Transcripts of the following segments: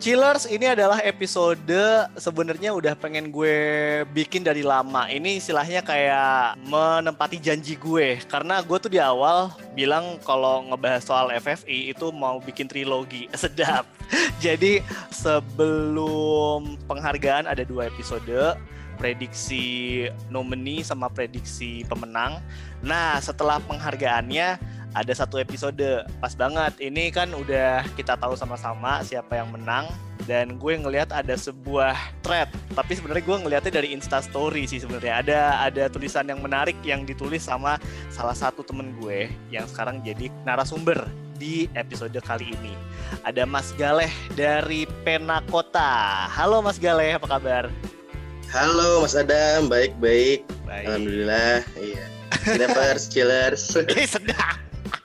Chillers, ini adalah episode sebenarnya udah pengen gue bikin dari lama. Ini istilahnya kayak menempati janji gue. Karena gue tuh di awal bilang kalau ngebahas soal FFI itu mau bikin trilogi. Sedap. Jadi sebelum penghargaan ada 2 episode. Prediksi nominee sama prediksi pemenang. Nah, setelah penghargaannya ada 1 episode, pas banget. Ini kan udah kita tahu sama-sama siapa yang menang. Dan gue ngelihat ada sebuah thread, tapi sebenarnya gue ngelihatnya dari Instastory sih sebenarnya. Ada tulisan yang menarik yang ditulis sama salah satu temen gue yang sekarang jadi narasumber di episode kali ini. Ada Mas Galeh dari Pena Kota. Halo Mas Galeh, apa kabar? Halo Mas Adam, baik. Alhamdulillah, iya. Snapers, Chillers. Sedap.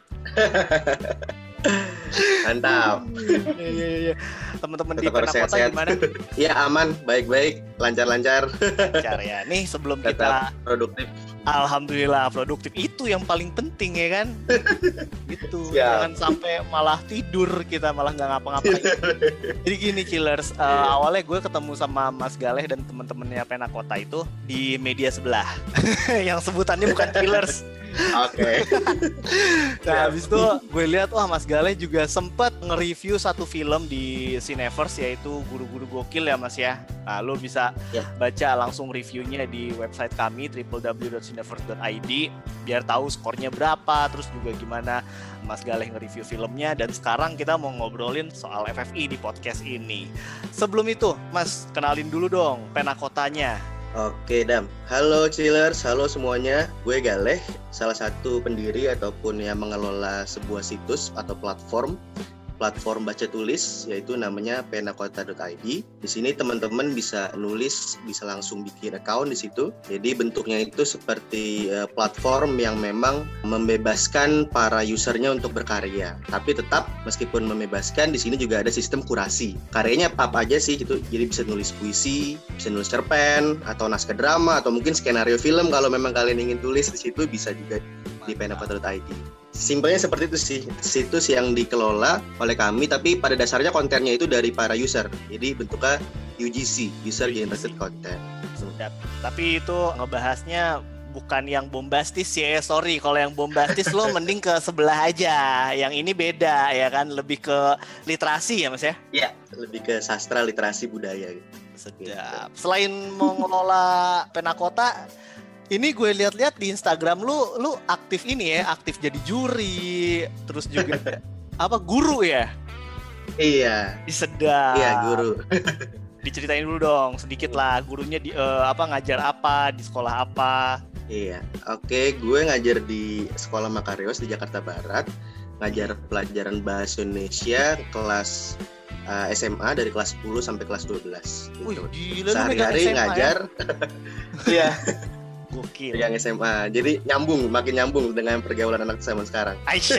Mantap. Iya. Teman-teman di Pena Kota gimana? Iya, aman, baik, lancar. Lancar ya. Nih sebelum tetap kita produktif. Alhamdulillah produktif, itu yang paling penting ya kan. Gitu. Siap. Jangan sampai malah tidur, kita malah nggak ngapa-ngapain. Jadi gini Chillers, awalnya gue ketemu sama Mas Galeh dan teman-temannya Pena Kota itu di media sebelah yang sebutannya bukan Chillers. Oke. Nah habis itu gue lihat Mas Galeh juga sempat nge-review 1 film di Cineverse, yaitu Guru-Guru Gokil ya Mas ya. Nah lo bisa baca langsung reviewnya di website kami www.cineverse.id biar tahu skornya berapa, terus juga gimana Mas Galeh nge-review filmnya. Dan sekarang kita mau ngobrolin soal FFI di podcast ini. Sebelum itu Mas, kenalin dulu dong Pena Kotanya. Oke, Dam. Halo Chillers, halo semuanya. Gue Galeh, salah satu pendiri ataupun yang mengelola sebuah situs atau platform baca tulis, yaitu namanya penakota.id. Di sini teman-teman bisa nulis, bisa langsung bikin account di situ. Jadi bentuknya itu seperti platform yang memang membebaskan para usernya untuk berkarya. Tapi tetap meskipun membebaskan, di sini juga ada sistem kurasi. Karyanya apa aja sih gitu. Jadi bisa nulis puisi, bisa nulis cerpen atau naskah drama atau mungkin skenario film kalau memang kalian ingin tulis di situ bisa juga di penakota.id. Simpelnya seperti itu sih, situs yang dikelola oleh kami, tapi pada dasarnya kontennya itu dari para user. Jadi bentuknya UGC, User Generated Content. Sudah. Tapi itu ngebahasnya bukan yang bombastis ya, sorry. Kalau yang bombastis lo mending ke sebelah aja. Yang ini beda ya kan, lebih ke literasi ya Mas ya? Iya, lebih ke sastra, literasi, budaya gitu. Sedap. Selain mengelola Pena Kota, ini gue lihat-lihat di Instagram lu aktif ini ya, aktif jadi juri, terus juga guru ya? Iya. Sedap. Iya, guru. Diceritain dulu dong sedikit lah, gurunya di ngajar apa, di sekolah apa? Iya. Oke, gue ngajar di Sekolah Makarios di Jakarta Barat, ngajar pelajaran bahasa Indonesia kelas SMA dari kelas 10 sampai kelas 12 gitu. Wih, gila, sehari-hari ngajar. Iya. Gokil. Yang SMA, jadi makin nyambung dengan pergaulan anak zaman sekarang. Aisyah.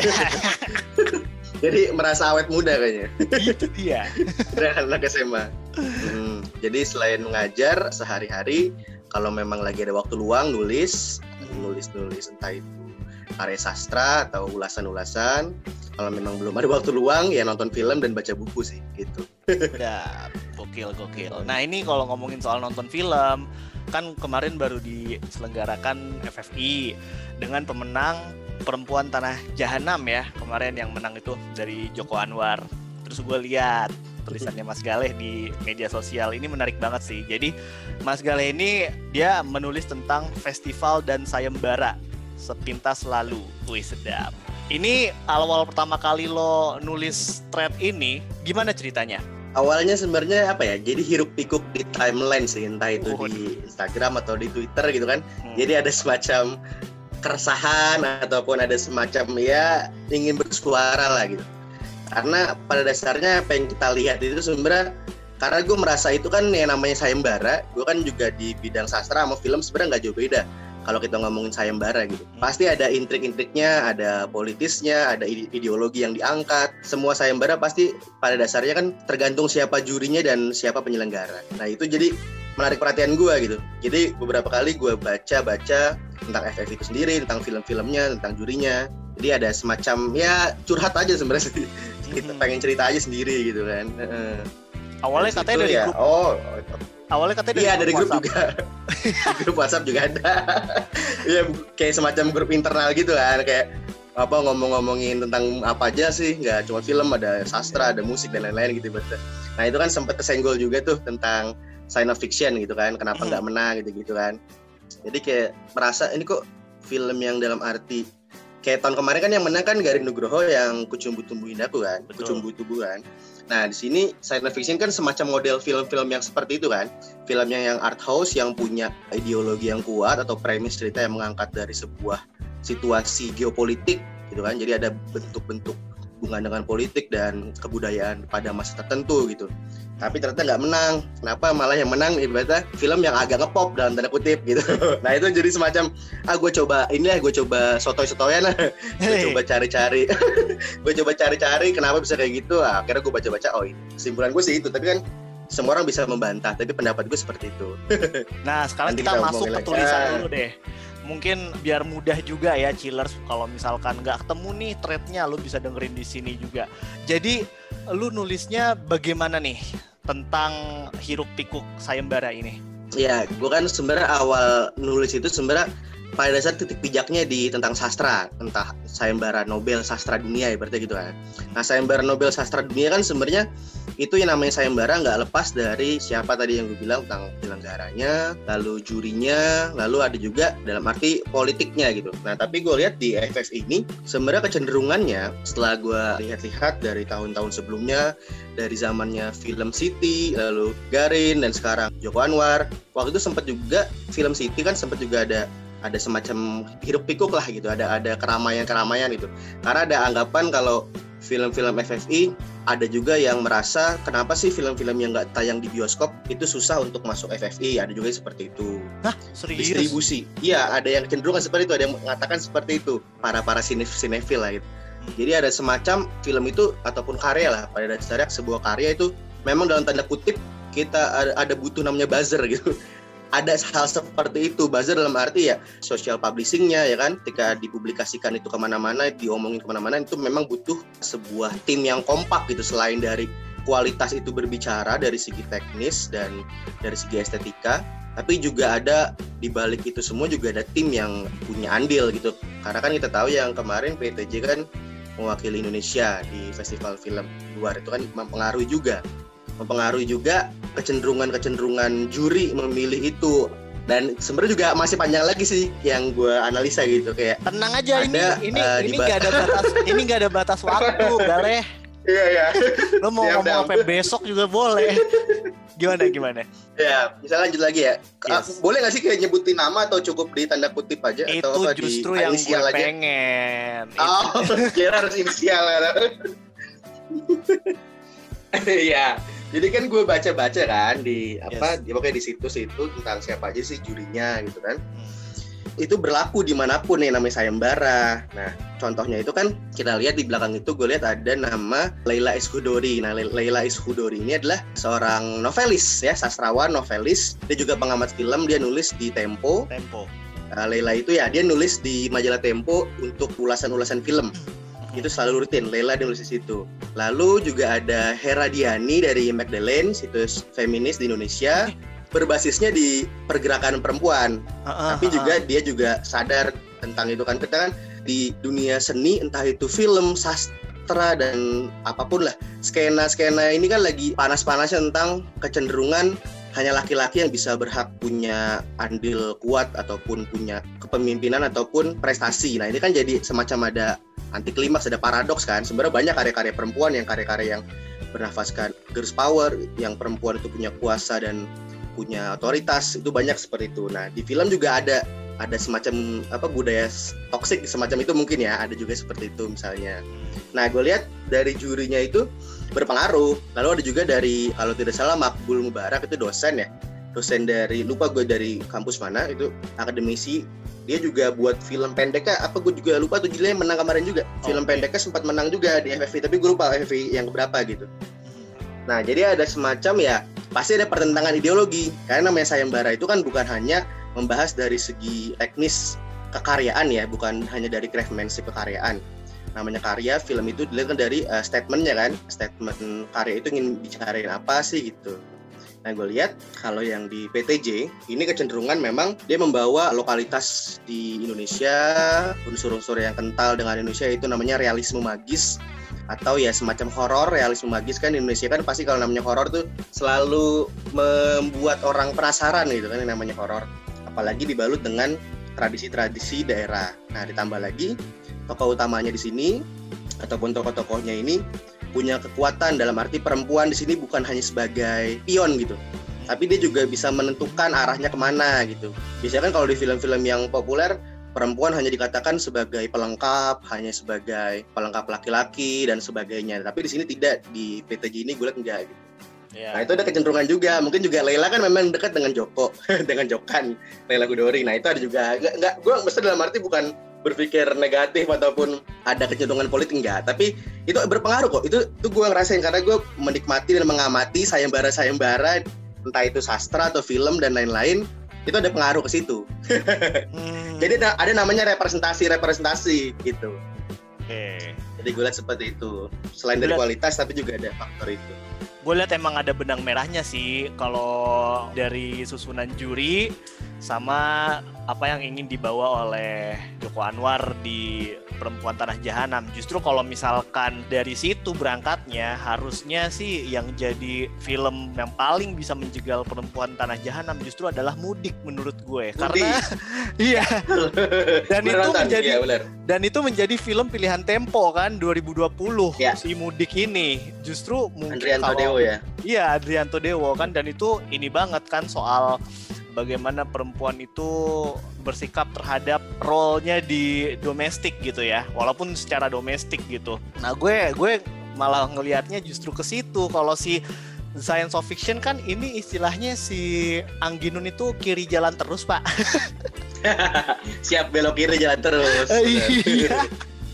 Jadi merasa awet muda kayaknya. Itu dia. Dengan anak SMA. Jadi selain mengajar sehari-hari, kalau memang lagi ada waktu luang nulis entah itu karya sastra atau ulasan-ulasan. Kalau memang belum ada waktu luang ya nonton film dan baca buku sih gitu. Udah, gokil. Nah ini kalau ngomongin soal nonton film, kan kemarin baru diselenggarakan FFI dengan pemenang Perempuan Tanah Jahanam ya. Kemarin yang menang itu dari Joko Anwar. Terus gue lihat tulisannya Mas Galeh di media sosial, ini menarik banget sih. Jadi Mas Galeh ini dia menulis tentang festival dan sayembara sepintas lalu. Wih, sedap. Ini awal pertama kali lo nulis thread ini, gimana ceritanya? Awalnya sebenarnya jadi hiruk pikuk di timeline sih, entah itu di Instagram atau di Twitter gitu kan. Jadi ada semacam keresahan ataupun ada semacam ingin bersuara lah gitu. Karena pada dasarnya apa yang kita lihat itu sebenarnya, karena gue merasa itu kan yang namanya sayembara, gue kan juga di bidang sastra sama film sebenarnya nggak jauh beda. Kalau kita ngomongin sayembara gitu, pasti ada intrik-intriknya, ada politisnya, ada ideologi yang diangkat. Semua sayembara pasti pada dasarnya kan tergantung siapa jurinya dan siapa penyelenggara. Nah itu jadi menarik perhatian gue gitu. Jadi beberapa kali gue baca tentang FFI itu sendiri, tentang film-filmnya, tentang jurinya. Jadi ada semacam curhat aja sebenarnya. Kita pengen cerita aja sendiri gitu kan. Awalnya katanya dari ya, grup. Awalnya katanya dari iya, grup dari grup WhatsApp. juga. Di grup WhatsApp juga ada. Iya, kayak semacam grup internal gitu kan, kayak apa ngomong-ngomongin tentang apa aja sih, nggak cuma film, ada sastra, ada musik dan lain-lain gitu berarti. Nah itu kan sempat kesenggol juga tuh tentang science fiction gitu kan, kenapa nggak menang gitu kan. Jadi kayak merasa ini kok film yang dalam arti kayak tahun kemarin kan yang menang kan Garin Nugroho yang Kucumbu Tumbuh Indahku kan, Kucumbu Tubuh kan. Nah di sini science fiction kan semacam model film-film yang seperti itu kan, filmnya yang art house yang punya ideologi yang kuat atau premis cerita yang mengangkat dari sebuah situasi geopolitik gitu kan. Jadi ada bentuk-bentuk hubungan dengan politik dan kebudayaan pada masa tertentu gitu. Tapi ternyata nggak menang. Kenapa malah yang menang ibaratnya film yang agak ngepop dalam tanda kutip gitu. Nah itu jadi semacam gue coba sotoy-sotoyan lah. Gue coba cari-cari. Gue coba cari-cari kenapa bisa kayak gitu. Akhirnya gue baca-baca, ini kesimpulan gue sih itu. Tapi kan semua orang bisa membantah, tapi pendapat gue seperti itu. Nah sekarang kita masuk ke tulisan dulu deh. Mungkin biar mudah juga ya Chillers, kalau misalkan nggak ketemu nih threadnya, lu bisa dengerin di sini juga. Jadi lu nulisnya bagaimana nih tentang hiruk pikuk sayembara ini? Ya, gue kan sebenarnya awal nulis itu sebenarnya pada dasar titik pijaknya di tentang sastra, entah sayembara Nobel sastra dunia ya berarti gitu kan. Nah sayembara Nobel sastra dunia kan sebenarnya itu yang namanya sayembara nggak lepas dari siapa tadi yang gue bilang tentang penyelenggaranya, lalu jurinya, lalu ada juga dalam arti politiknya gitu. Nah tapi gue lihat di AFF ini sebenarnya kecenderungannya setelah gue lihat-lihat dari tahun-tahun sebelumnya, dari zamannya Film City, lalu Garin dan sekarang Joko Anwar. Waktu itu sempat juga Film City kan sempat juga ada semacam hiruk pikuk lah gitu, ada keramaian itu. Karena ada anggapan kalau film-film FFI ada juga yang merasa kenapa sih film-film yang nggak tayang di bioskop itu susah untuk masuk FFI, ada juga seperti itu. Hah, serius? Distribusi, iya ada yang cenderung seperti itu, ada yang mengatakan seperti itu para sinefil lah gitu. Jadi ada semacam film itu ataupun karya lah, pada dasarnya sebuah karya itu memang dalam tanda kutip kita ada butuh namanya buzzer gitu. Ada hal seperti itu, buzzer dalam arti ya social publishing-nya ya kan, ketika dipublikasikan itu kemana-mana, diomongin kemana-mana, itu memang butuh sebuah tim yang kompak gitu. Selain dari kualitas itu berbicara dari segi teknis dan dari segi estetika, tapi juga ada di balik itu semua juga ada tim yang punya andil gitu. Karena kan kita tahu yang kemarin PTJ kan mewakili Indonesia di festival film luar, itu kan mempengaruhi juga kecenderungan juri memilih itu. Dan sebenarnya juga masih panjang lagi sih yang gue analisa gitu, kayak tenang aja, ini nggak ada batas waktu Galeh. Iya. Lo mau ngomong sampai besok juga boleh. Gimana? Ya, misalnya lanjut lagi ya. Yes. Boleh nggak sih kayak nyebutin nama atau cukup di tanda kutip aja? Itu atau apa justru di yang gue aja? pengen. Kira harus inisial ya. Iya. Jadi kan gue baca-baca kan di pokoknya di situs itu tentang siapa aja sih jurinya gitu kan. Itu berlaku dimanapun yang namanya sayembara. Nah, contohnya itu kan kita lihat di belakang itu, gue lihat ada nama Leila Ishudori. Nah, Leila Ishudori ini adalah seorang novelis ya, sastrawan, novelis. Dia juga pengamat film, dia nulis di Tempo. Leila itu ya, dia nulis di majalah Tempo untuk ulasan-ulasan film. Itu selalu rutin, Leila dia nulis di situ. Lalu juga ada Hera Diani dari Magdalene, situs feminis di Indonesia, berbasisnya di pergerakan perempuan. Tapi juga dia juga sadar tentang itu kan. Kita kan di dunia seni, entah itu film, sastra, dan apapun lah, skena ini kan lagi panas-panasnya tentang kecenderungan hanya laki-laki yang bisa berhak punya andil kuat ataupun punya kepemimpinan ataupun prestasi. Nah ini kan jadi semacam ada anti klimaks, ada paradoks kan. Sebenarnya banyak karya-karya perempuan yang bernafaskan girls power, yang perempuan itu punya kuasa dan punya otoritas, itu banyak seperti itu. Nah di film juga ada semacam budaya toksik semacam itu mungkin ya, ada juga seperti itu misalnya. Nah gue lihat dari jurinya itu berpengaruh. Lalu ada juga dari, kalau tidak salah, Makbul Mubarak, itu dosen dari, lupa gue dari kampus mana, itu akademisi. Dia juga buat film pendeknya, gue juga lupa tuh judulnya, menang kemarin juga. Film pendeknya sempat menang juga di FFI, tapi gue lupa FFI yang berapa gitu. Nah jadi ada semacam ya, pasti ada pertentangan ideologi. Karena namanya sayembara itu kan bukan hanya membahas dari segi teknis kekaryaan ya, bukan hanya dari craftsmanship kekaryaan. namanya karya, film itu dilihat kan dari statementnya kan, statement karya itu ingin bicarain apa sih gitu. Nah, gue lihat kalau yang di PTJ ini kecenderungan memang dia membawa lokalitas di Indonesia, unsur-unsur yang kental dengan Indonesia, itu namanya realisme magis atau ya semacam horor. Realisme magis kan di Indonesia kan pasti kalau namanya horor tuh selalu membuat orang penasaran gitu kan, yang namanya horor. Apalagi dibalut dengan tradisi-tradisi daerah. Nah, ditambah lagi tokoh utamanya di sini ataupun tokoh-tokohnya ini punya kekuatan, dalam arti perempuan di sini bukan hanya sebagai pion gitu, tapi dia juga bisa menentukan arahnya kemana gitu. Biasanya kan kalau di film-film yang populer perempuan hanya dikatakan sebagai pelengkap, hanya sebagai pelengkap laki-laki dan sebagainya. Tapi di sini tidak, di PTJ ini gue lihat enggak gitu. Yeah. Nah, itu ada kecenderungan juga. Mungkin juga Leila kan memang dekat dengan Joko, dengan Jokan, Leila Gudori. Nah, itu ada juga. Enggak, gue mesti dalam arti bukan berpikir negatif ataupun ada kecenderungan politik, enggak, tapi itu berpengaruh kok. Itu gue ngerasain karena gue menikmati dan mengamati sayembara entah itu sastra atau film dan lain-lain, itu ada pengaruh ke situ. Jadi ada namanya representasi gitu. Jadi gue lihat seperti itu. Selain dari kualitas tapi juga ada faktor itu. Gue lihat emang ada benang merahnya sih kalau dari susunan juri sama apa yang ingin dibawa oleh Joko Anwar di Perempuan Tanah Jahanam. Justru kalau misalkan dari situ berangkatnya, harusnya sih yang jadi film yang paling bisa menjegal Perempuan Tanah Jahanam justru adalah Mudik menurut gue. Karena iya. Dan itu menjadi film pilihan Tempo kan 2020 ya. Si Mudik ini justru mungkin Andrianto Dewo ya. Iya, Andrianto Dewo kan, dan itu ini banget kan soal bagaimana perempuan itu bersikap terhadap role-nya di domestik gitu ya, walaupun secara domestik gitu. Nah, gue malah ngelihatnya justru ke situ. Kalau si science of fiction kan ini istilahnya si Angginun itu kiri jalan terus, Pak. Siap belok kiri jalan terus. Iya.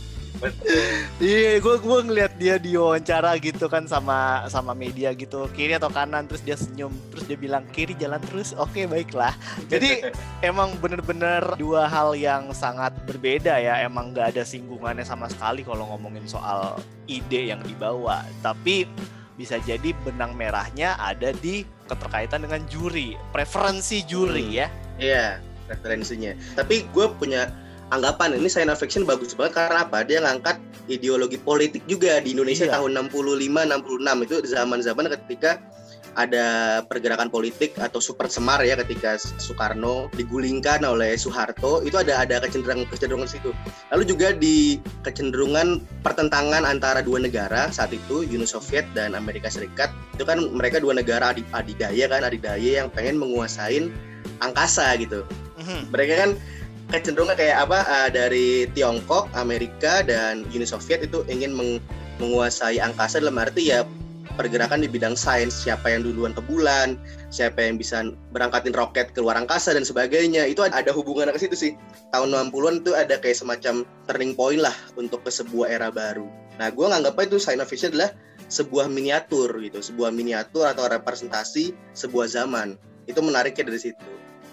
Iya, gue ngeliat dia diwawancara gitu kan sama media gitu, kiri atau kanan, terus dia senyum, terus dia bilang kiri jalan terus, oke, baiklah. Jadi emang bener-bener dua hal yang sangat berbeda ya, emang gak ada singgungannya sama sekali kalau ngomongin soal ide yang dibawa. Tapi bisa jadi benang merahnya ada di keterkaitan dengan juri, preferensi juri ya. Iya, preferensinya. Tapi gue punya anggapan ini science fiction bagus banget karena apa? Dia ngangkat ideologi politik juga di Indonesia tahun 65-66 itu zaman-zaman ketika ada pergerakan politik atau super semar ya, ketika Soekarno digulingkan oleh Soeharto, itu ada kecenderungan situ. Lalu juga di kecenderungan pertentangan antara dua negara saat itu, Uni Soviet dan Amerika Serikat. Itu kan mereka dua negara adidaya yang pengen menguasain angkasa gitu. Mereka kan kecenderungan kayak apa, dari Tiongkok, Amerika, dan Uni Soviet itu ingin menguasai angkasa dalam arti ya pergerakan di bidang sains, siapa yang duluan ke bulan, siapa yang bisa berangkatin roket ke luar angkasa dan sebagainya. Itu ada hubungan ke situ sih. Tahun 60-an itu ada kayak semacam turning point lah untuk ke sebuah era baru. Nah, gue nganggapnya itu science fiction adalah sebuah miniatur gitu, sebuah miniatur atau representasi sebuah zaman. Itu menariknya dari situ.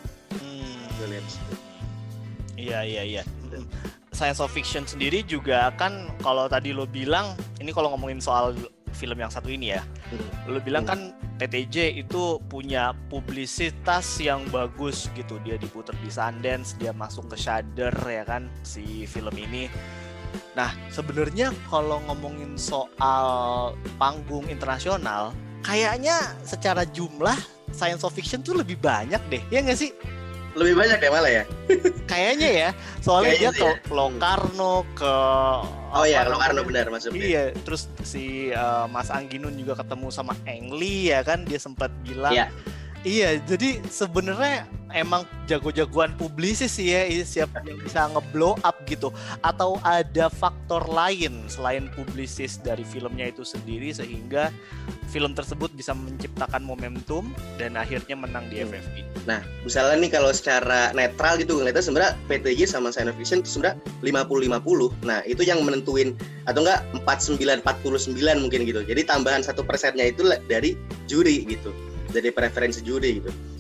Gue lihat situ. Iya. Science of fiction sendiri juga kan, kalau tadi lo bilang, ini kalau ngomongin soal film yang satu ini ya, lo bilang kan PTJ itu punya publisitas yang bagus gitu, dia diputar di Sundance, dia masuk ke Shudder ya kan si film ini. Nah, sebenarnya kalau ngomongin soal panggung internasional, kayaknya secara jumlah science of fiction tuh lebih banyak deh, ya nggak sih? Lebih banyak ya malah ya? Kayaknya ya, soalnya dia ke Locarno, ke... Oh iya, Locarno benar masuknya. Iya, terus si Mas Angginun juga ketemu sama Ang Lee ya kan, dia sempat bilang. Iya, jadi sebenarnya emang jago-jagoan publisis sih ya, siapa yang bisa nge-blow up gitu. Atau ada faktor lain selain publisis dari filmnya itu sendiri sehingga film tersebut bisa menciptakan momentum dan akhirnya menang di FFI. Nah, misalnya nih kalau secara netral gitu, ngeliatnya sebenarnya PTJ sama science fiction itu sebenarnya 50-50. Nah, itu yang menentuin, atau enggak 49-49 mungkin gitu. Jadi tambahan 1%-nya itu dari juri gitu, dari preferensi juri gitu.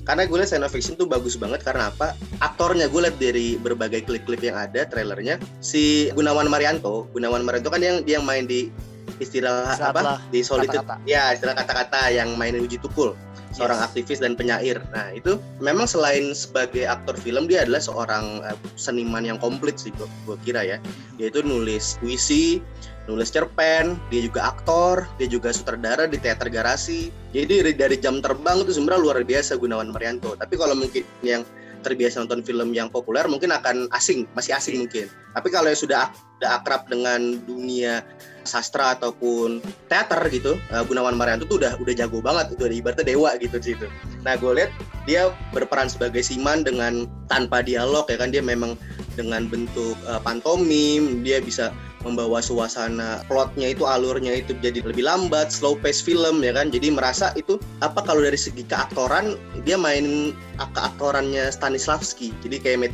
Karena gue liat science fiction tuh bagus banget karena apa? Aktornya gue liat dari berbagai klip-klip yang ada, trailernya. Si Gunawan Marianto kan dia yang main di istilah apa? Di Solitude. Kata-kata. Ya, istilah kata-kata yang mainin Uji Tukul. Seorang aktivis dan penyair. Nah, itu memang selain sebagai aktor film, dia adalah seorang seniman yang komplit sih gue kira ya. Dia itu nulis puisi, nulis cerpen, dia juga aktor, dia juga sutradara di teater garasi. Jadi dari Jam Terbang itu sebenarnya luar biasa Gunawan Marianto. Tapi kalau mungkin yang terbiasa nonton film yang populer mungkin akan masih asing mungkin. Tapi kalau yang sudah akrab dengan dunia sastra ataupun teater gitu, Gunawan Marianto tuh udah jago banget, itu ibaratnya dewa gitu di situ. Nah, gue lihat dia berperan sebagai Siman dengan tanpa dialog ya kan, dia memang dengan bentuk pantomim, dia bisa membawa suasana, plotnya itu, alurnya itu jadi lebih lambat, slow pace film ya kan. Jadi merasa itu kalau dari segi keaktoran dia main keaktorannya Stanislavski. Jadi kayak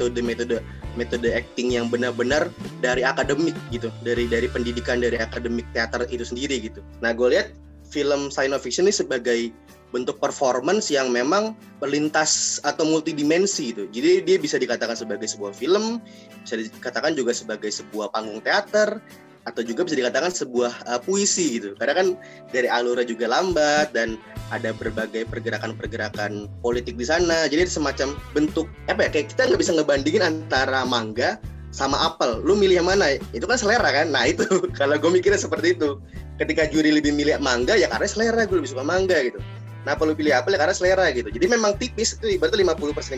metode acting yang benar-benar dari akademik gitu, dari pendidikan dari akademik teater itu sendiri gitu. Nah, gue lihat film science fiction ini sebagai bentuk performance yang memang berlintas atau multidimensi gitu. Jadi dia bisa dikatakan sebagai sebuah film, bisa dikatakan juga sebagai sebuah panggung teater, atau juga bisa dikatakan sebuah puisi gitu. Karena kan dari alurnya juga lambat dan ada berbagai pergerakan-pergerakan politik di sana. Jadi semacam bentuk kayak kita nggak bisa ngebandingin antara manga sama apel. Lu milih yang mana? Itu kan selera kan? Nah itu kalau gue mikirnya seperti itu. Ketika juri lebih milih manga ya karena selera, gue lebih suka manga gitu. Nah, kalau pilih apel ya karena selera gitu. Jadi memang tipis itu ibaratnya 50%.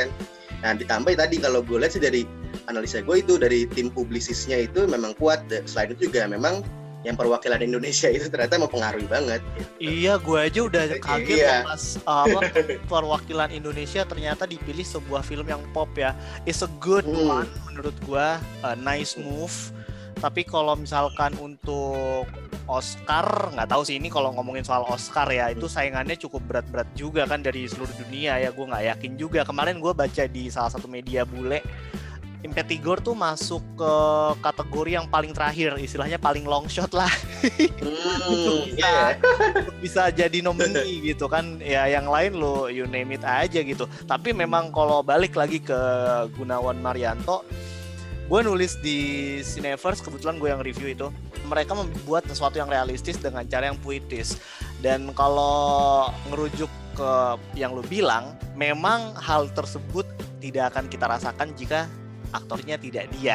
Nah, ditambah tadi kalau gue lihat sih dari analisa gue itu dari tim publisisnya itu memang kuat. Selain itu juga memang yang perwakilan Indonesia itu ternyata mempengaruhi banget. Gitu. Iya, gue aja udah kaget pas perwakilan Indonesia ternyata dipilih sebuah film yang pop ya. It's a good one menurut gue, a nice move. Tapi kalau misalkan untuk Oscar, nggak tahu sih ini kalau ngomongin soal Oscar ya, itu saingannya cukup berat-berat juga kan dari seluruh dunia ya, gue nggak yakin juga. Kemarin gue baca di salah satu media bule, Impetigore tuh masuk ke kategori yang paling terakhir, istilahnya paling long shot lah. bisa jadi nomini gitu kan, ya yang lain lo you name it aja gitu. Tapi memang kalau balik lagi ke Gunawan Marianto, gue nulis di Cineverse, kebetulan gue yang review itu, mereka membuat sesuatu yang realistis dengan cara yang puitis. Dan kalau ngerujuk ke yang lu bilang, memang hal tersebut tidak akan kita rasakan jika aktornya tidak dia.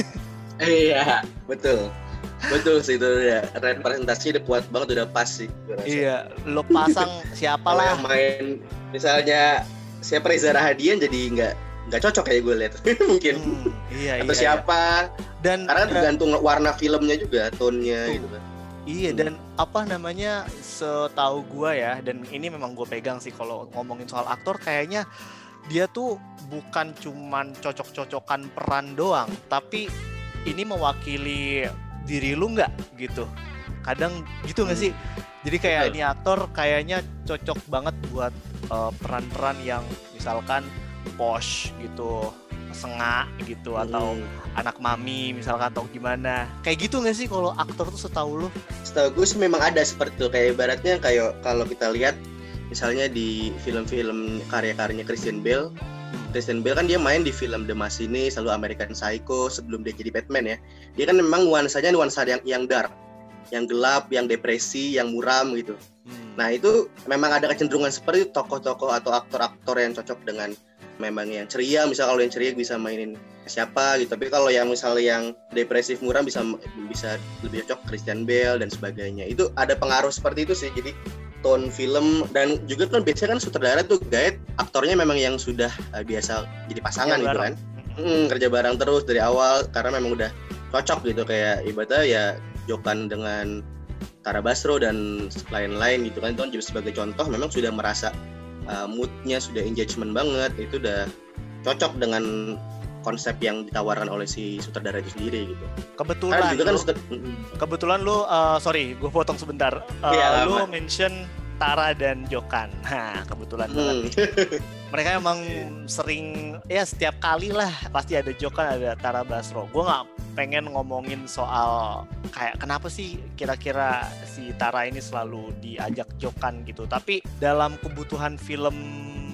Iya, betul sih itu ya, representasinya udah kuat banget, udah pas sih. Iya, lo pasang siapalah yang main, misalnya siapa Reza Rahadian jadi nggak cocok kayak gue lihat mungkin atau siapa dan karena tergantung warna filmnya juga, tone-nya gitu kan. Iya, dan setahu gue ya, dan ini memang gue pegang sih kalau ngomongin soal aktor, kayaknya dia tuh bukan cuman cocok-cocokan peran doang, tapi ini mewakili diri lu nggak gitu. Kadang gitu nggak sih? Jadi kayak ini aktor kayaknya cocok banget buat peran-peran yang misalkan posh gitu, sengak gitu, atau anak mami misalkan, atau gimana. Kayak gitu nggak sih kalau aktor tuh setahu lu? Setahu gue sih memang ada seperti itu. Kayak ibaratnya kayak kalau kita lihat misalnya di film-film karya-karyanya Christian Bale. Christian Bale kan dia main di film The Machinist, lalu American Psycho sebelum dia jadi Batman ya. Dia kan memang nuansanya nuansa yang dark, yang gelap, yang depresi, yang muram gitu. Nah itu memang ada kecenderungan seperti tokoh-tokoh atau aktor-aktor yang cocok dengan memang yang ceria. Misal kalau yang ceria bisa mainin siapa gitu, tapi kalau yang misalnya yang depresif muram bisa lebih cocok Christian Bale dan sebagainya. Itu ada pengaruh seperti itu sih. Jadi tone film, dan juga kan biasanya kan sutradara tuh guide aktornya memang yang sudah biasa jadi pasangan gitu kan, kerja bareng terus dari awal karena memang udah cocok gitu. Kayak ibaratnya ya Jokan dengan Tara Basro dan lain-lain gitu kan, itu kan juga sebagai contoh memang sudah merasa moodnya sudah engagement banget, itu udah cocok dengan konsep yang ditawarkan oleh si sutradara itu sendiri gitu. Kebetulan lu sorry, gue potong sebentar. Lu mention Tara dan Jokan. Nah, kebetulan banget. Mereka emang sering ya, setiap kali lah pasti ada Jokan, ada Tara Basro. Gue nggak pengen ngomongin soal kayak kenapa sih kira-kira si Tara ini selalu diajak Jokan gitu. Tapi dalam kebutuhan film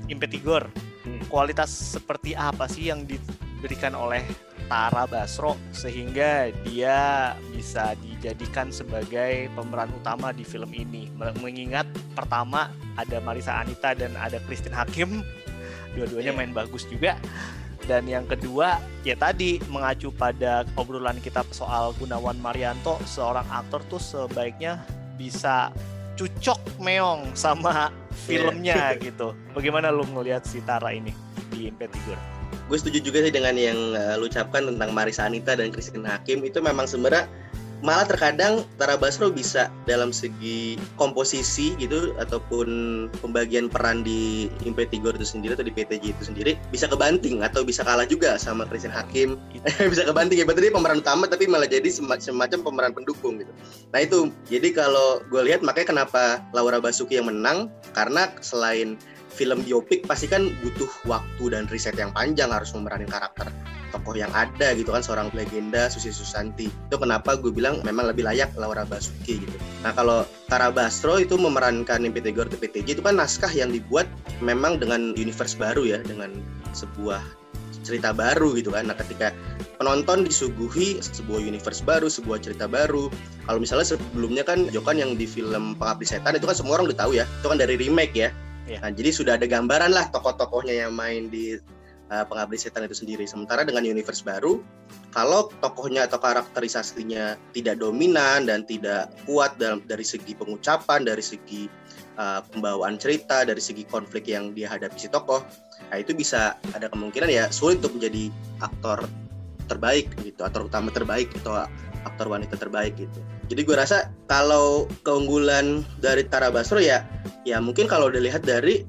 Impetigor. Kualitas seperti apa sih yang diberikan oleh Tara Basro sehingga dia bisa dijadikan sebagai pemeran utama di film ini? Mengingat pertama ada Marissa Anita dan ada Christine Hakim, dua-duanya main bagus juga. Dan yang kedua, ya tadi mengacu pada obrolan kita soal Gunawan Marianto, seorang aktor tuh sebaiknya bisa cucok meong sama filmnya gitu. Bagaimana lu ngelihat si Tara ini di Impetigor? Gue setuju juga sih dengan yang lu ucapkan tentang Marissa Anita dan Christine Hakim. Itu memang sebenarnya malah terkadang Tara Basro bisa dalam segi komposisi gitu ataupun pembagian peran di Impetigor itu sendiri atau di PTJ itu sendiri bisa kebanting atau bisa kalah juga sama Christine Hakim. Bisa kebanting ya, berarti dia pemeran utama tapi malah jadi semacam pemeran pendukung gitu. Nah itu, jadi kalau gue lihat makanya kenapa Laura Basuki yang menang, karena selain film biopik pasti kan butuh waktu dan riset yang panjang, harus memeranin karakter tokoh yang ada gitu kan, seorang legenda Susi Susanti. Itu kenapa gue bilang memang lebih layak Laura Basuki gitu. Nah kalau Tara Basro itu memerankan Impetigor ke PTJ itu kan naskah yang dibuat memang dengan universe baru ya, dengan sebuah cerita baru gitu kan. Nah ketika penonton disuguhi sebuah universe baru, sebuah cerita baru. Kalau misalnya sebelumnya kan Jokan yang di film Pengabdi Setan itu kan semua orang udah tahu ya, itu kan dari remake ya. Nah, jadi sudah ada gambaran lah tokoh-tokohnya yang main di Pengabdi Setan itu sendiri. Sementara dengan universe baru, kalau tokohnya atau karakterisasinya tidak dominan dan tidak kuat dari segi pengucapan, dari segi pembawaan cerita, dari segi konflik yang dihadapi si tokoh, nah itu bisa ada kemungkinan ya sulit untuk menjadi aktor terbaik gitu, aktor utama terbaik atau aktor wanita terbaik gitu. Jadi gue rasa kalau keunggulan dari Tara Basro ya mungkin kalau dilihat dari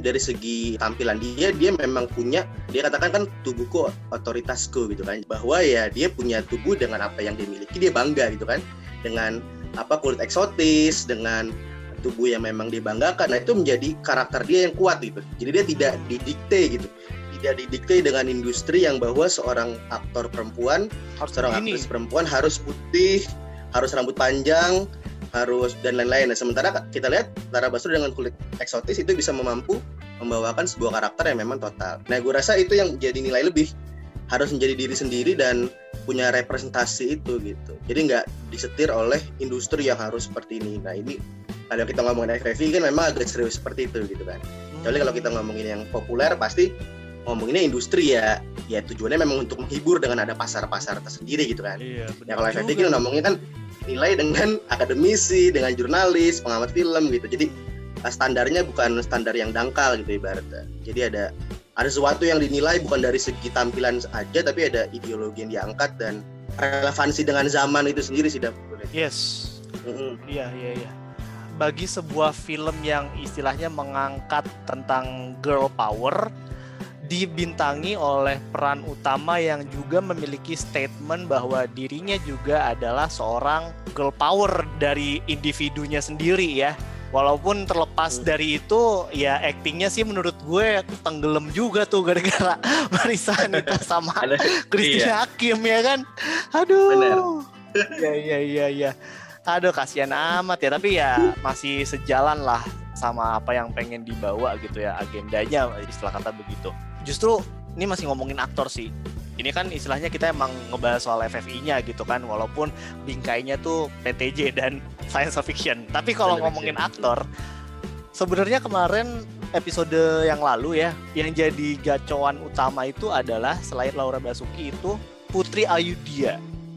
segi tampilan dia memang punya, dia katakan kan tubuhku otoritasku gitu kan, bahwa ya dia punya tubuh dengan apa yang dia miliki, dia bangga gitu kan, dengan kulit eksotis, dengan tubuh yang memang dia banggakan. Nah itu menjadi karakter dia yang kuat gitu. Jadi dia tidak didikte gitu, tidak didikte dengan industri yang bahwa seorang aktor perempuan, seorang aktris perempuan harus putih, harus rambut panjang, harus dan lain-lain. Nah, sementara kita lihat Tara Basro dengan kulit eksotis itu bisa mampu membawakan sebuah karakter yang memang total. Nah, gue rasa itu yang jadi nilai lebih, harus menjadi diri sendiri dan punya representasi itu gitu. Jadi nggak disetir oleh industri yang harus seperti ini. Nah, ini kalau kita ngomongin FFI kan memang agak serius seperti itu gitu kan. Kecuali kalau kita ngomongin yang populer pasti ngomonginnya industri ya tujuannya memang untuk menghibur dengan ada pasar-pasar tersendiri gitu kan. Iya, ya kalau FFI kita ngomongin kan nilai dengan akademisi, dengan jurnalis, pengamat film gitu. Jadi standarnya bukan standar yang dangkal gitu ibaratnya. Jadi ada sesuatu yang dinilai bukan dari segi tampilan aja, tapi ada ideologi yang diangkat dan relevansi dengan zaman itu sendiri sih. Yes. Iya. Bagi sebuah film yang istilahnya mengangkat tentang girl power, dibintangi oleh peran utama yang juga memiliki statement bahwa dirinya juga adalah seorang girl power dari individunya sendiri ya. Walaupun terlepas dari itu, ya actingnya sih menurut gue tenggelam juga tuh gara-gara Marissa Anita sama Christine Hakim ya kan. Aduh. Bener. Iya. Aduh kasihan amat ya, tapi ya masih sejalan lah sama apa yang pengen dibawa gitu ya, agendanya istilah kata begitu. Justru ini masih ngomongin aktor sih. Ini kan istilahnya kita emang ngebahas soal FFI-nya gitu kan, walaupun bingkainya tuh PTJ dan science fiction. Tapi kalau ngomongin aktor, sebenarnya kemarin episode yang lalu ya, yang jadi gacoan utama itu adalah selain Laura Basuki itu Putri Ayudhya.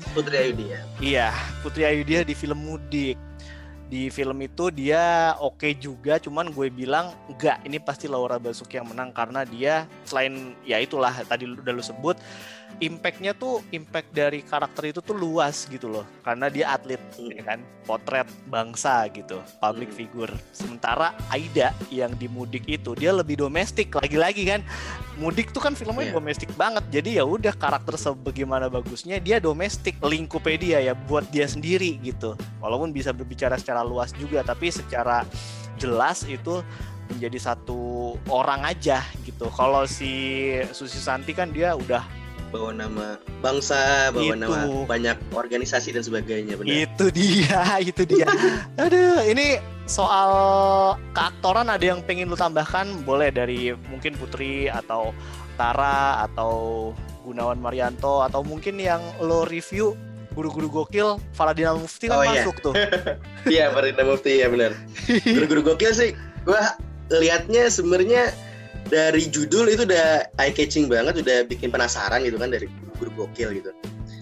Iya, Putri Ayudhya di film Mudik. Di film itu dia oke juga, cuman gue bilang enggak, ini pasti Laura Basuki yang menang karena dia selain ya itulah tadi udah lu sebut, impact-nya tuh impact dari karakter itu tuh luas gitu loh, karena dia atlet ya kan, potret bangsa gitu, public figure. Sementara Aida yang di Mudik itu dia lebih domestik, lagi-lagi kan Mudik tuh kan filmnya domestik banget, jadi ya udah karakter sebagaimana bagusnya dia domestik, lingkupnya dia ya buat dia sendiri gitu, walaupun bisa berbicara secara luas juga, tapi secara jelas itu menjadi satu orang aja gitu. Kalau si Susi Susanti kan dia udah bawa nama bangsa, bawa nama banyak organisasi dan sebagainya. Benar. Itu dia. Aduh, ini soal keaktoran ada yang pengen lu tambahkan? Boleh dari mungkin Putri atau Tara atau Gunawan Marianto, atau mungkin yang lo review Guru-Guru Gokil, Faladina Mufti kan masuk tuh. Iya, Faladina Mufti, ya benar. Guru-Guru Gokil sih, gua lihatnya sebenarnya dari judul itu udah eye catching banget, udah bikin penasaran gitu kan, dari Guru-Guru Gokil gitu.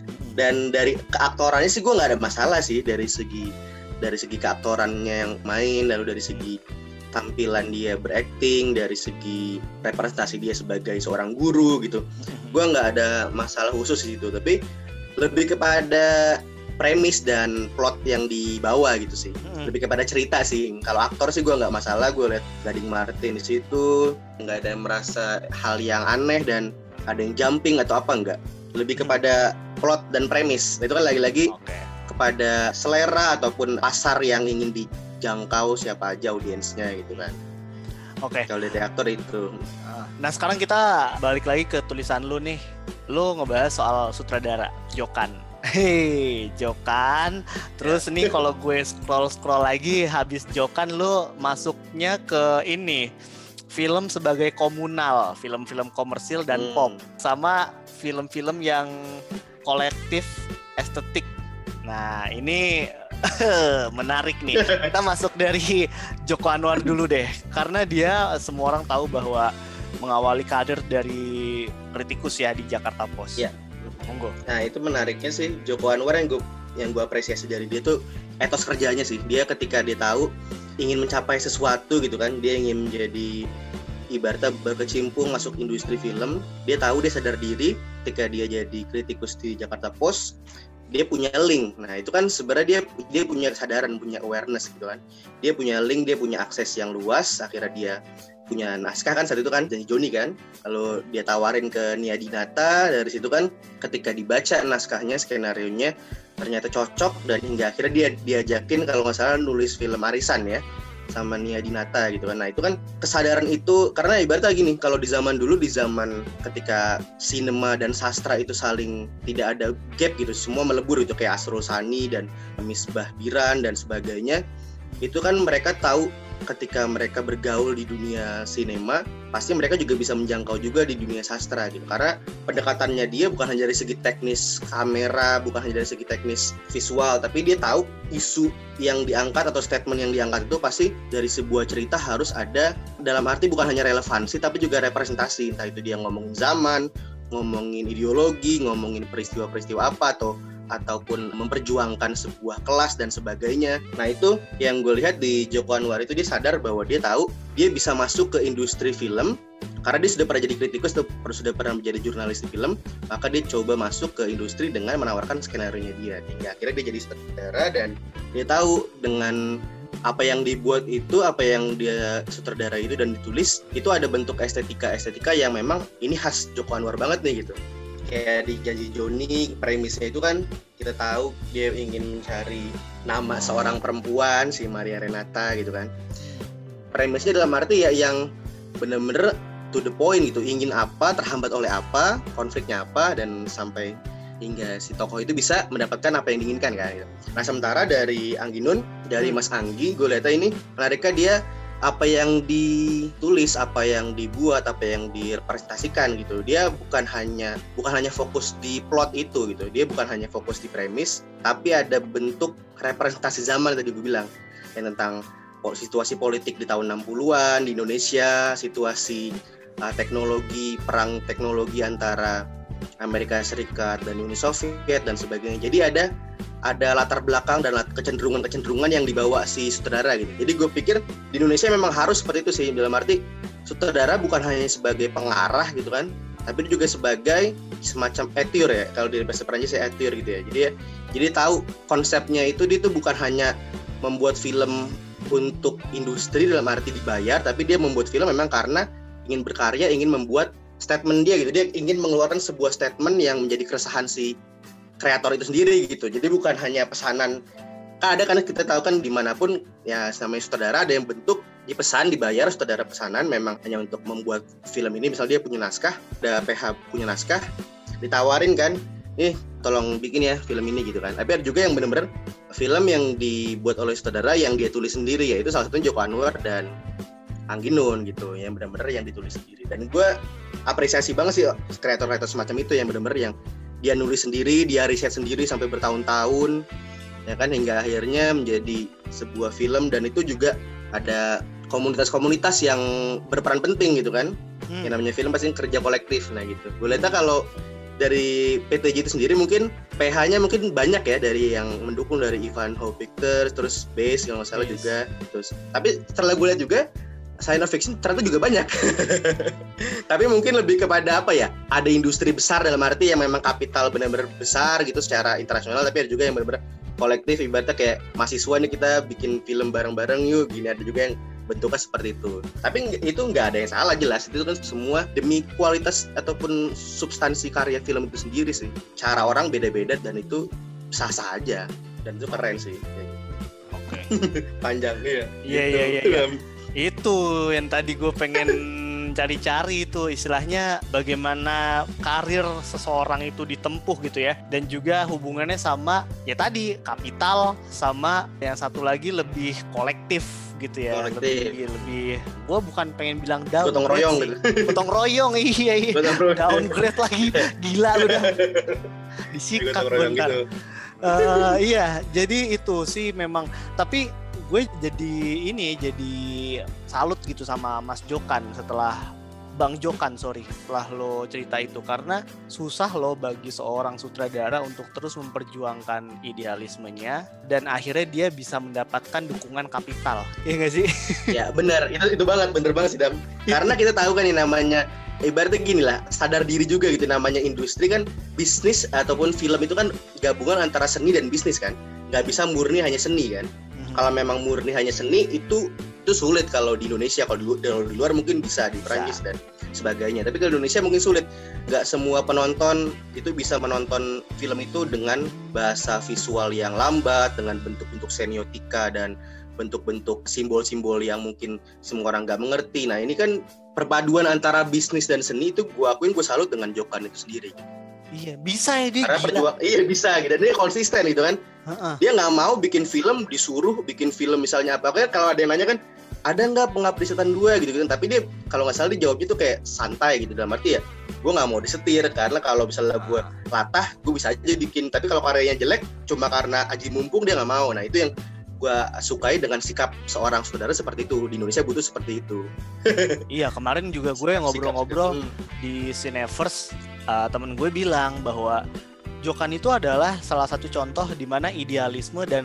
Dan dari keaktorannya sih gue nggak ada masalah sih, dari segi keaktorannya yang main, lalu dari segi tampilan dia berakting, dari segi representasi dia sebagai seorang guru gitu. Gue nggak ada masalah khusus di situ, tapi lebih kepada premis dan plot yang dibawa gitu sih. Lebih kepada cerita sih. Kalau aktor sih gue nggak masalah, gue lihat Gading Martin di situ, nggak ada yang merasa hal yang aneh dan ada yang jumping atau apa, enggak. Lebih kepada plot dan premis. Itu kan lagi-lagi kepada selera ataupun pasar yang ingin dijangkau siapa aja audiensnya gitu kan. Kalau dari aktor itu. Nah sekarang kita balik lagi ke tulisan lu nih. Lu ngebahas soal sutradara Jokan. Hei, Jokan. Terus nih kalau gue scroll lagi, habis Jokan lu masuknya ke ini, film sebagai komunal, film-film komersil dan pop, sama film-film yang kolektif estetik. Nah ini menarik nih. Kita masuk dari Joko Anwar dulu deh, karena dia semua orang tahu bahwa mengawali karir dari kritikus ya di Jakarta Post. Ya. Monggo. Nah itu menariknya sih Joko Anwar, yang gue apresiasi dari dia tuh etos kerjanya sih. Dia ketika dia tahu ingin mencapai sesuatu gitu kan, dia ingin menjadi ibaratnya berkecimpung masuk industri film, dia tahu, dia sadar diri ketika dia jadi kritikus di Jakarta Post, dia punya link. Nah itu kan sebenarnya dia punya kesadaran, punya awareness gitu kan. Dia punya link, dia punya akses yang luas. Akhirnya dia punya naskah kan saat itu kan, Janji Joni kan. Lalu dia tawarin ke Nia Dinata. Dari situ kan ketika dibaca naskahnya, skenarionya ternyata cocok, dan hingga akhirnya dia diajakin kalau nggak salah nulis film Arisan ya sama Nia Dinata gitu kan. Nah itu kan kesadaran itu, karena ibaratnya gini, kalau di zaman dulu, di zaman ketika sinema dan sastra itu saling tidak ada gap gitu, semua melebur gitu, kayak Asrul Sani dan Misbah Biran dan sebagainya, itu kan mereka tahu ketika mereka bergaul di dunia sinema, pasti mereka juga bisa menjangkau juga di dunia sastra gitu. Karena pendekatannya dia bukan hanya dari segi teknis kamera, bukan hanya dari segi teknis visual, tapi dia tahu isu yang diangkat atau statement yang diangkat itu pasti dari sebuah cerita harus ada, dalam arti bukan hanya relevansi tapi juga representasi. Entah itu dia ngomongin zaman, ngomongin ideologi, ngomongin peristiwa-peristiwa apa, ataupun memperjuangkan sebuah kelas dan sebagainya. Nah itu yang gue lihat di Joko Anwar itu, dia sadar bahwa dia tahu dia bisa masuk ke industri film karena dia sudah pernah jadi kritikus, sudah pernah menjadi jurnalis di film, maka dia coba masuk ke industri dengan menawarkan skenario-nya dia. Hingga akhirnya dia jadi sutradara, dan dia tahu dengan apa yang dibuat itu, apa yang dia sutradara itu dan ditulis, itu ada bentuk estetika yang memang ini khas Joko Anwar banget nih gitu. Kayak di Janji Joni, premisnya itu kan kita tahu dia ingin mencari nama seorang perempuan, si Maria Renata gitu kan. Premisnya dalam arti ya yang bener-bener to the point gitu, ingin apa, terhambat oleh apa, konfliknya apa, dan sampai hingga si tokoh itu bisa mendapatkan apa yang diinginkan kan gitu. Nah sementara dari Angginun, dari Mas Anggi, gue lihatnya ini menariknya, dia apa yang ditulis, apa yang dibuat, apa yang direpresentasikan gitu. Dia bukan hanya fokus di plot itu gitu. Dia bukan hanya fokus di premis, tapi ada bentuk representasi zaman tadi gue bilang. Yang tentang situasi politik di tahun 60-an di Indonesia, situasi teknologi, perang teknologi antara Amerika Serikat dan Uni Soviet dan sebagainya. Jadi ada latar belakang dan kecenderungan yang dibawa si sutradara gitu. Jadi gue pikir di Indonesia memang harus seperti itu sih, dalam arti sutradara bukan hanya sebagai pengarah gitu kan, tapi juga sebagai semacam auteur ya, kalau di bahasa Perancis ya auteur gitu ya. Jadi tahu konsepnya itu, dia tuh bukan hanya membuat film untuk industri dalam arti dibayar, tapi dia membuat film memang karena ingin berkarya, ingin membuat statement dia gitu. Dia ingin mengeluarkan sebuah statement yang menjadi keresahan si kreator itu sendiri gitu. Jadi bukan hanya pesanan. Karena kita tahu kan dimanapun ya namanya sutradara, ada yang bentuk dipesan, dibayar, sutradara pesanan memang hanya untuk membuat film ini. Misalnya dia punya naskah, ada PH punya naskah, ditawarin kan, tolong bikin ya film ini gitu kan. Tapi ada juga yang benar-benar film yang dibuat oleh sutradara yang dia tulis sendiri, yaitu salah satunya Joko Anwar dan Anggi Nun gitu, yang benar-benar yang ditulis sendiri. Dan gue apresiasi banget sih kreator-kreator semacam itu yang benar-benar yang dia nulis sendiri, dia riset sendiri sampai bertahun-tahun, ya kan, hingga akhirnya menjadi sebuah film. Dan itu juga ada komunitas-komunitas yang berperan penting gitu kan. Yang namanya film pasti kerja kolektif, nah gitu. Gue lihatnya kalau dari PTJ itu sendiri mungkin PH-nya mungkin banyak ya, dari yang mendukung dari Ivan Victor, terus Base kalau nggak salah juga. Terus tapi setelah gue lihat juga science fiction ternyata juga banyak. Tapi mungkin lebih kepada apa ya? Ada industri besar dalam arti yang memang kapital benar-benar besar gitu secara internasional, tapi ada juga yang benar-benar kolektif, ibaratnya kayak mahasiswa nih kita bikin film bareng-bareng yuk gini, ada juga yang bentuknya seperti itu. Tapi itu nggak ada yang salah, jelas itu kan semua demi kualitas ataupun substansi karya film itu sendiri sih. Cara orang beda-beda dan itu sah-sah aja dan itu keren sih. Oke. Panjang ya. Iya. Itu yang tadi gue pengen cari-cari itu, istilahnya bagaimana karir seseorang itu ditempuh gitu ya, dan juga hubungannya sama ya tadi kapital, sama yang satu lagi lebih kolektif gitu ya. Lebih gue bukan pengen bilang downgrade, gotong royong gitu. Gotong royong iya. Downgrade lagi, gila lu dah. Disikat bentar. Gitu. Iya, jadi itu sih memang. Tapi gue jadi salut gitu sama Mas Jokan Bang Jokan setelah lo cerita itu, karena susah lo bagi seorang sutradara untuk terus memperjuangkan idealismenya dan akhirnya dia bisa mendapatkan dukungan kapital, ya nggak sih? Ya benar, itu bener banget sih Dam. Karena kita tahu kan ini namanya, ibaratnya gini lah, sadar diri juga gitu, namanya industri kan, bisnis ataupun film itu kan gabungan antara seni dan bisnis kan, nggak bisa murni hanya seni kan. Kalau memang murni hanya seni itu sulit kalau di Indonesia. Kalau di luar mungkin bisa, di Prancis dan sebagainya. Tapi kalau di Indonesia mungkin sulit. Nggak semua penonton itu bisa menonton film itu dengan bahasa visual yang lambat, dengan bentuk-bentuk semiotika dan bentuk-bentuk simbol-simbol yang mungkin semua orang nggak mengerti. Nah ini kan perpaduan antara bisnis dan seni itu gue salut dengan Jokan itu sendiri. Iya, bisa ya dia. Iya bisa gitu. Dan dia konsisten gitu kan. Dia nggak mau bikin film, disuruh bikin film misalnya apa. Kayak kalau ada yang nanya kan, ada nggak Pengabdi Setan 2 gitu kan. Tapi dia kalau nggak salah dia jawabnya tuh kayak santai gitu. Dalam arti ya, gue nggak mau disetir. Karena kalau misalnya gue latah, gue bisa aja bikin. Tapi kalau karyanya jelek, cuma karena aji mumpung dia nggak mau. Nah itu yang gue sukai dengan sikap seorang saudara seperti itu. Di Indonesia butuh seperti itu. Iya, kemarin juga gue ngobrol-ngobrol di Cineverse. Temen gue bilang bahwa Jokan itu adalah salah satu contoh di mana idealisme dan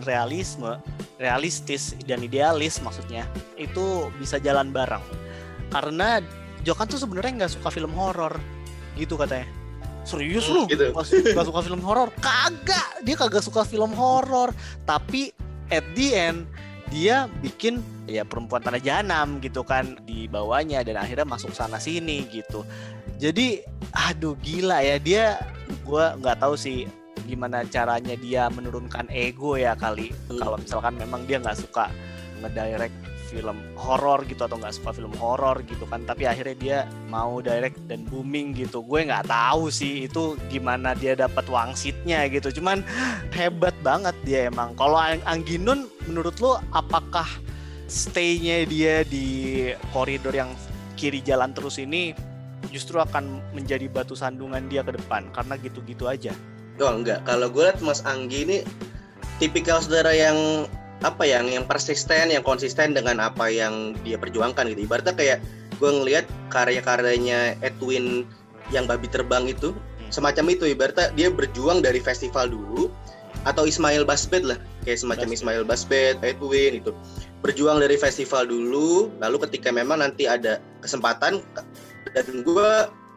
realistis dan idealis maksudnya itu bisa jalan bareng. Karena Jokan tuh sebenarnya nggak suka film horor, gitu katanya. Serius lu? Gitu. Nggak suka film horor? Kagak, dia kagak suka film horor. Tapi at the end dia bikin ya Perempuan Tanah Jahanam gitu kan di bawahnya, dan akhirnya masuk sana sini gitu. Jadi aduh gila ya dia, gue nggak tahu sih gimana caranya dia menurunkan ego ya kali. Kalau misalkan memang dia nggak suka ngedirect film horor gitu atau nggak suka film horor gitu kan, tapi akhirnya dia mau direct dan booming gitu. Gue nggak tahu sih itu gimana dia dapat wangsitnya gitu, cuman hebat banget dia emang. Kalau Anggi Nun menurut lo apakah stay-nya dia di koridor yang kiri jalan terus ini justru akan menjadi batu sandungan dia ke depan karena gitu-gitu aja? Oh enggak, kalau gue lihat Mas Anggi ini tipikal saudara yang yang persisten, yang konsisten dengan apa yang dia perjuangkan gitu. Ibaratnya kayak gue ngelihat karya-karyanya Edwin yang Babi Terbang itu semacam itu. Ibaratnya dia berjuang dari festival dulu, atau Ismail Basbet lah, kayak semacam Ismail Basbet, Edwin itu berjuang dari festival dulu, lalu ketika memang nanti ada kesempatan. Dan gue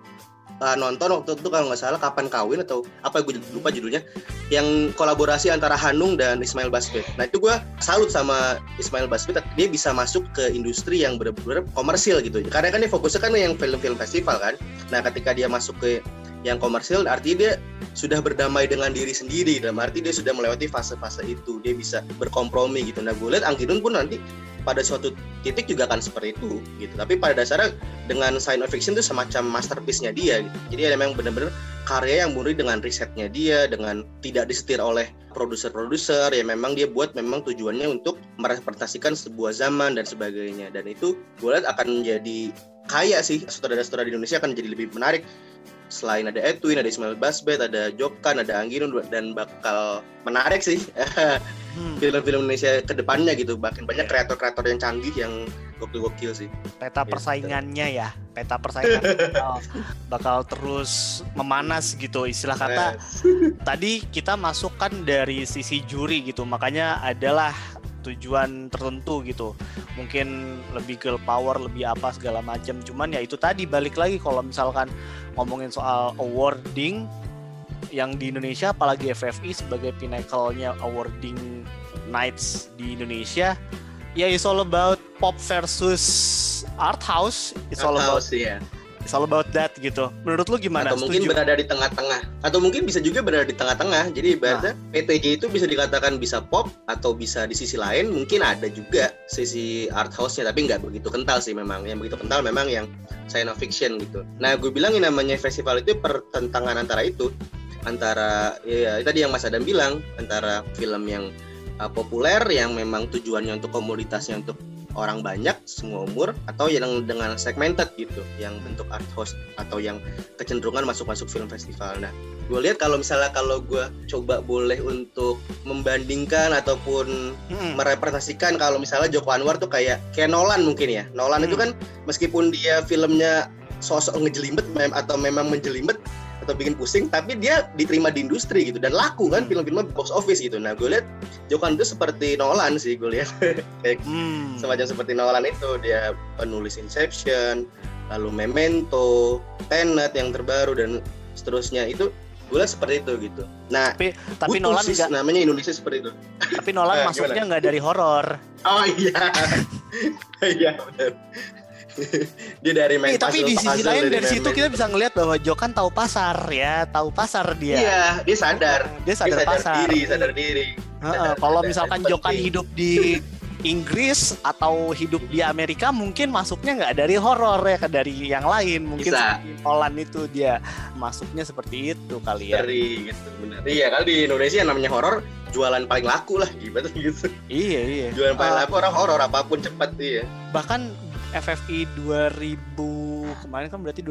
nonton waktu itu kalau nggak salah Kapan Kawin atau apa, gue lupa judulnya, yang kolaborasi antara Hanung dan Ismail Basbet. Nah itu gue salut sama Ismail Basbet, dia bisa masuk ke industri yang benar-benar komersil gitu. Karena kan dia fokusnya kan yang film-film festival kan. Nah ketika dia masuk ke yang komersil, artinya dia sudah berdamai dengan diri sendiri. Dalam arti dia sudah melewati fase-fase itu, dia bisa berkompromi gitu. Nah gue lihat Anggi Nun pun nanti pada suatu titik juga akan seperti itu gitu. Tapi pada dasarnya dengan science fiction itu semacam masterpiece-nya dia gitu. Jadi memang benar-benar karya yang murni dengan risetnya dia, dengan tidak disetir oleh produser-produser, ya memang dia buat memang tujuannya untuk merepresentasikan sebuah zaman dan sebagainya. Dan itu gue lihat akan menjadi kaya sih, sutradara-sutradara di Indonesia akan jadi lebih menarik. Selain ada Edwin, ada Ismail Basbet, ada Jokan, ada Angginun, dan bakal menarik sih film-film Indonesia ke depannya gitu. Bahkan banyak kreator-kreator yang canggih yang gokil-gokil sih. Peta persaingannya ya, peta persaingan bakal terus memanas gitu, istilah kata. Tadi kita masukkan dari sisi juri gitu, makanya adalah tujuan tertentu gitu, mungkin lebih girl power, lebih apa segala macam. Cuman ya itu tadi, balik lagi kalau misalkan ngomongin soal awarding yang di Indonesia, apalagi FFI sebagai pinnacle-nya awarding nights di Indonesia, ya it's all about pop versus art house. It's all about It's all about that gitu. Menurut lu gimana? Atau mungkin berada di tengah-tengah. Atau mungkin bisa juga berada di tengah-tengah. Jadi ibaratnya PTJ itu bisa dikatakan bisa pop atau bisa di sisi lain mungkin ada juga sisi art house-nya, tapi nggak begitu kental sih memang. Yang begitu kental memang yang science fiction gitu. Nah, gue bilang ini namanya festival itu pertentangan antara itu. Antara ya tadi yang Mas Adam bilang, antara film yang populer yang memang tujuannya untuk komoditasnya untuk orang banyak semua umur, atau yang dengan segmented gitu, yang bentuk art house atau yang kecenderungan masuk film festival. Nah, gue lihat kalau misalnya kalau gue coba boleh untuk membandingkan ataupun merepresentasikan, kalau misalnya Joko Anwar tuh kayak Nolan mungkin ya. Nolan itu kan meskipun dia filmnya sosok ngejelimet atau memang menjelimet atau bikin pusing, tapi dia diterima di industri gitu dan laku kan film-filmnya box office gitu. Nah, gue lihat Jokan itu seperti Nolan sih, gue lihat kayak semacam seperti Nolan itu, dia penulis Inception, lalu Memento, Tenet yang terbaru dan seterusnya, itu gue lihat seperti itu gitu. Nah, tapi Nolan nggak, namanya Indonesia seperti itu. Tapi Nolan masuknya nggak dari horor. Oh iya, iya benar. Dia dari main tapi di sisi lain dari situ kita bisa ngelihat bahwa Jokan tahu pasar ya, tahu pasar dia. Iya, dia sadar pasar. Sadar diri. Kalau misalkan Jokan hidup di Inggris atau hidup di Amerika mungkin masuknya nggak dari horor ya, dari yang lain mungkin. Nolan itu dia masuknya seperti itu kali ya. Dari gitu benar. Iya, kalau di Indonesia namanya horor jualan paling laku lah gitu. Iya. Jualan paling laku orang horor apapun cepat ya. Bahkan FFI 2000 kemarin kan berarti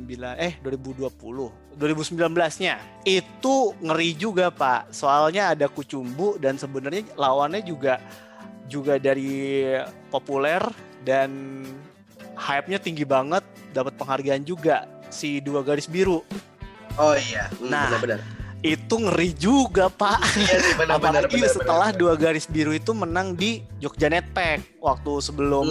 2019-nya itu ngeri juga Pak, soalnya ada Kucumbu dan sebenarnya lawannya juga dari populer dan hype-nya tinggi banget, dapat penghargaan juga, si Dua Garis Biru. Oh iya, benar-benar. Itu ngeri juga Pak. Iya sih, benar-benar. Apalagi setelah Dua Garis Biru itu menang di Jogja Netpack waktu sebelum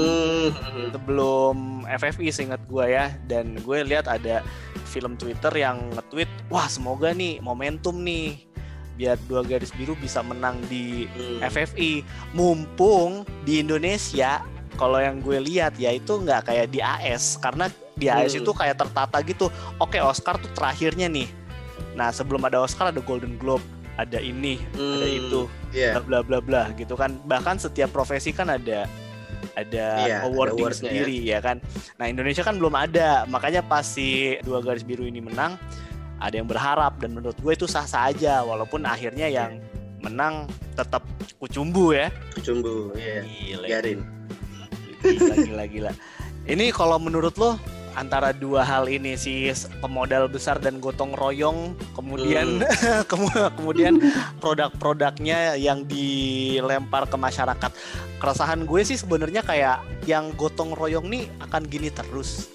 FFI seingat gue ya. Dan gue lihat ada film Twitter yang nge-tweet, wah semoga nih momentum nih biar Dua Garis Biru bisa menang di FFI. Mumpung di Indonesia, kalau yang gue lihat ya itu nggak kayak di AS, karena di AS itu kayak tertata gitu. Oke, Oscar tuh terakhirnya nih. Nah, sebelum ada Oscar ada Golden Globe, ada ini, ada itu, bla bla bla gitu kan. Bahkan setiap profesi kan ada awarding sendiri ya kan. Nah, Indonesia kan belum ada. Makanya pas si Dua Garis Biru ini menang, ada yang berharap, dan menurut gue itu sah-sah aja walaupun akhirnya yang menang tetap Kucumbu ya. Kucumbu, Garin. Gila. Ini kalau menurut lo antara dua hal ini, si pemodal besar dan gotong royong, kemudian kemudian produk-produknya yang dilempar ke masyarakat. Keresahan gue sih sebenarnya kayak yang gotong royong nih akan gini terus.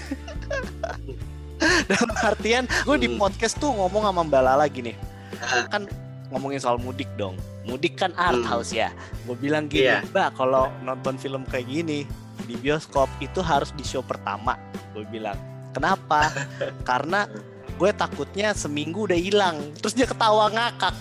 Dalam artian gue di podcast tuh ngomong sama Mbak Lala gini, kan ngomongin soal mudik dong. Mudik kan art house ya. Gue bilang gini, Mbak, kalau nonton film kayak gini di bioskop itu harus di show pertama. Gue bilang, kenapa? Karena gue takutnya seminggu udah hilang. Terus dia ketawa ngakak.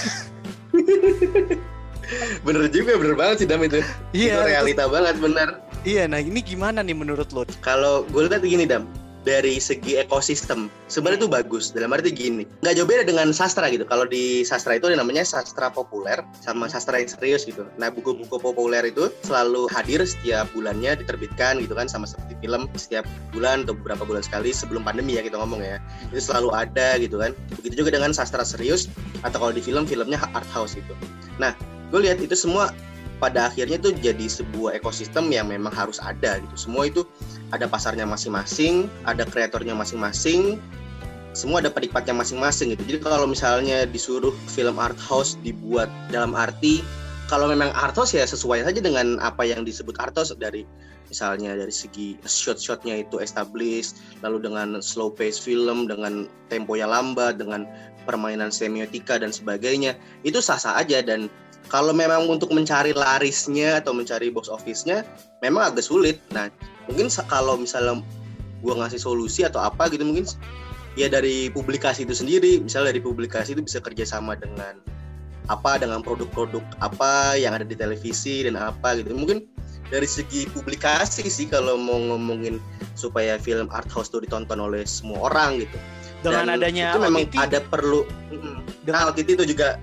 Bener juga, bener banget sih Dam itu. Iya, itu realita banget, bener. Iya, nah ini gimana nih menurut lo? Kalau gue lihat gini Dam, dari segi ekosistem sebenarnya itu bagus. Dalam arti gini, nggak jauh beda dengan sastra gitu. Kalau di sastra itu ada namanya sastra populer sama sastra yang serius gitu. Nah, buku-buku populer itu selalu hadir setiap bulannya diterbitkan gitu kan, sama seperti film setiap bulan atau beberapa bulan sekali sebelum pandemi ya kita ngomong ya. Itu selalu ada gitu kan. Begitu juga dengan sastra serius atau kalau di filmnya art house gitu. Nah, gue lihat itu semua pada akhirnya tuh jadi sebuah ekosistem yang memang harus ada gitu. Semua itu ada pasarnya masing-masing, ada kreatornya masing-masing, semua ada penikmatnya masing-masing gitu. Jadi kalau misalnya disuruh film art house dibuat dalam arti, kalau memang art house ya sesuai saja dengan apa yang disebut art house, dari misalnya dari segi shot-shotnya itu established, lalu dengan slow pace film, dengan tempo yang lambat, dengan permainan semiotika dan sebagainya, itu sah-sah aja. Dan kalau memang untuk mencari larisnya atau mencari box office-nya memang agak sulit. Nah, mungkin kalau misalnya gue ngasih solusi atau apa gitu, mungkin ya dari publikasi itu sendiri. Misalnya dari publikasi itu bisa kerjasama dengan produk-produk apa yang ada di televisi dan apa gitu. Mungkin dari segi publikasi sih kalau mau ngomongin supaya film art house itu ditonton oleh semua orang gitu. Dengan dan adanya itu memang OTT, ada perlu. Nah, OTT itu juga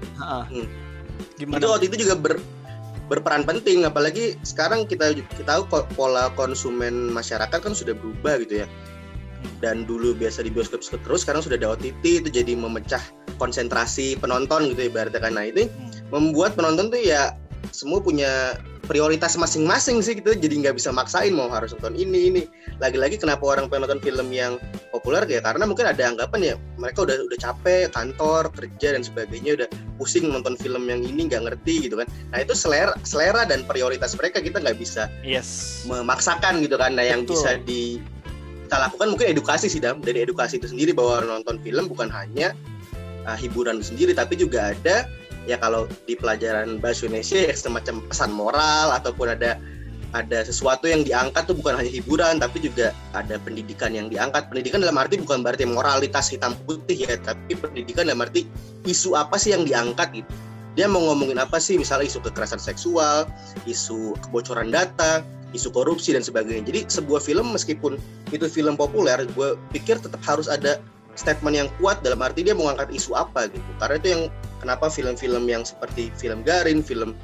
gimana? Itu OTT juga berperan penting, apalagi sekarang kita tahu pola konsumen masyarakat kan sudah berubah gitu ya. Dan dulu biasa di bioskop terus, sekarang sudah ada OTT, itu jadi memecah konsentrasi penonton gitu ibaratnya kan. Nah, itu membuat penonton tuh ya semua punya prioritas masing-masing sih gitu, jadi nggak bisa maksain mau harus nonton ini. Lagi-lagi kenapa orang pengen nonton film yang populer ya karena mungkin ada anggapan ya mereka udah capek kantor kerja dan sebagainya, udah pusing nonton film yang ini nggak ngerti gitu kan. Nah, itu selera dan prioritas mereka, kita nggak bisa memaksakan gitu kan. Nah, yang bisa kita lakukan mungkin edukasi sih, dari edukasi itu sendiri bahwa nonton film bukan hanya hiburan sendiri, tapi juga ada ya kalau di pelajaran bahasa Indonesia ya semacam pesan moral, ataupun ada sesuatu yang diangkat tuh bukan hanya hiburan tapi juga ada pendidikan yang diangkat. Pendidikan dalam arti bukan berarti moralitas hitam putih ya, tapi pendidikan dalam arti isu apa sih yang diangkat gitu. Dia mau ngomongin apa sih, misalnya isu kekerasan seksual, isu kebocoran data, isu korupsi dan sebagainya. Jadi sebuah film meskipun itu film populer, gue pikir tetap harus ada statement yang kuat dalam arti dia mengangkat isu apa gitu. Karena itu yang kenapa film-film yang seperti film Garin, film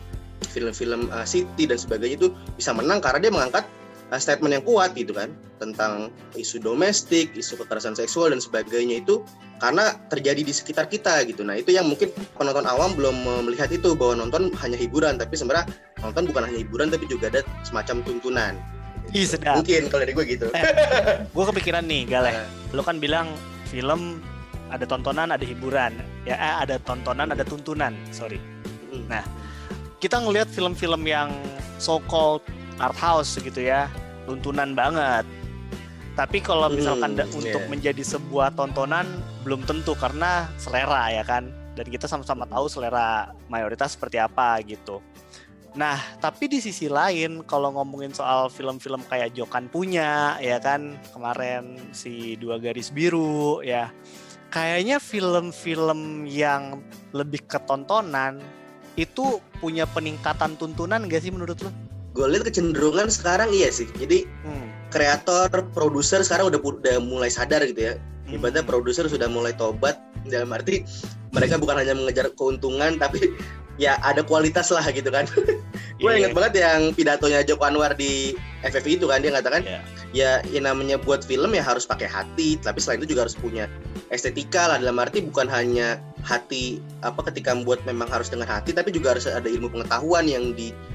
City dan sebagainya itu bisa menang, karena dia mengangkat statement yang kuat gitu kan tentang isu domestik, isu kekerasan seksual dan sebagainya, itu karena terjadi di sekitar kita gitu. Nah, itu yang mungkin penonton awam belum melihat itu, bahwa nonton hanya hiburan, tapi sebenarnya nonton bukan hanya hiburan tapi juga ada semacam tuntunan. Sedap. Mungkin kalau dari gue gitu. Gue kepikiran nih, Galeh. Lo kan bilang film ada tontonan, ada hiburan. Ada tontonan, ada tuntunan. Sorry. Nah, kita ngelihat film-film yang so-called art house gitu ya, tuntunan banget. Tapi kalau misalkan untuk menjadi sebuah tontonan belum tentu, karena selera ya kan. Dan kita sama-sama tahu selera mayoritas seperti apa gitu. Nah, tapi di sisi lain kalau ngomongin soal film-film kayak Jokan punya ya kan, kemarin si Dua Garis Biru ya, kayaknya film-film yang lebih ke tontonan itu punya peningkatan tuntunan gak sih menurut lo? Gue lihat kecenderungan sekarang iya sih. Jadi kreator, produser sekarang udah mulai sadar gitu ya. Ibaratnya produser sudah mulai tobat, dalam arti mereka bukan hanya mengejar keuntungan tapi ya ada kualitas lah gitu kan. Gue inget banget yang pidatonya Joko Anwar di FFI itu kan, dia ngatakan ya namanya buat film ya harus pakai hati, tapi selain itu juga harus punya estetika lah, dalam arti bukan hanya hati ketika membuat memang harus dengan hati, tapi juga harus ada ilmu pengetahuan yang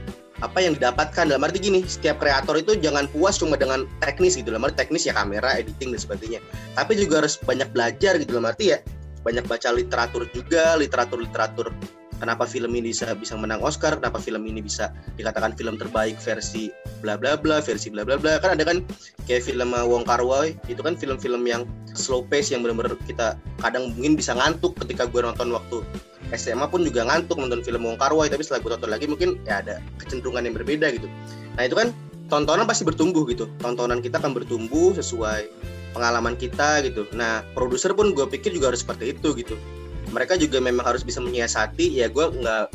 didapatkan. Dalam arti gini, setiap kreator itu jangan puas cuma dengan teknis gitu, dalam arti teknis ya kamera, editing dan sebagainya, tapi juga harus banyak belajar gitu, dalam arti ya banyak baca literatur juga, literatur kenapa film ini bisa menang Oscar, kenapa film ini bisa dikatakan film terbaik versi bla bla bla, versi bla bla bla. Kan ada kan kayak film Wong Kar-wai, itu kan film-film yang slow pace yang benar-benar kita kadang mungkin bisa ngantuk. Ketika gue nonton waktu SMA pun juga ngantuk nonton film Wong Kar-wai, tapi setelah gue tonton lagi mungkin ya ada kecenderungan yang berbeda gitu. Nah, itu kan tontonan pasti bertumbuh gitu. Tontonan kita akan bertumbuh sesuai pengalaman kita gitu. Nah, produser pun gue pikir juga harus seperti itu gitu. Mereka juga memang harus bisa menyiasati, ya gue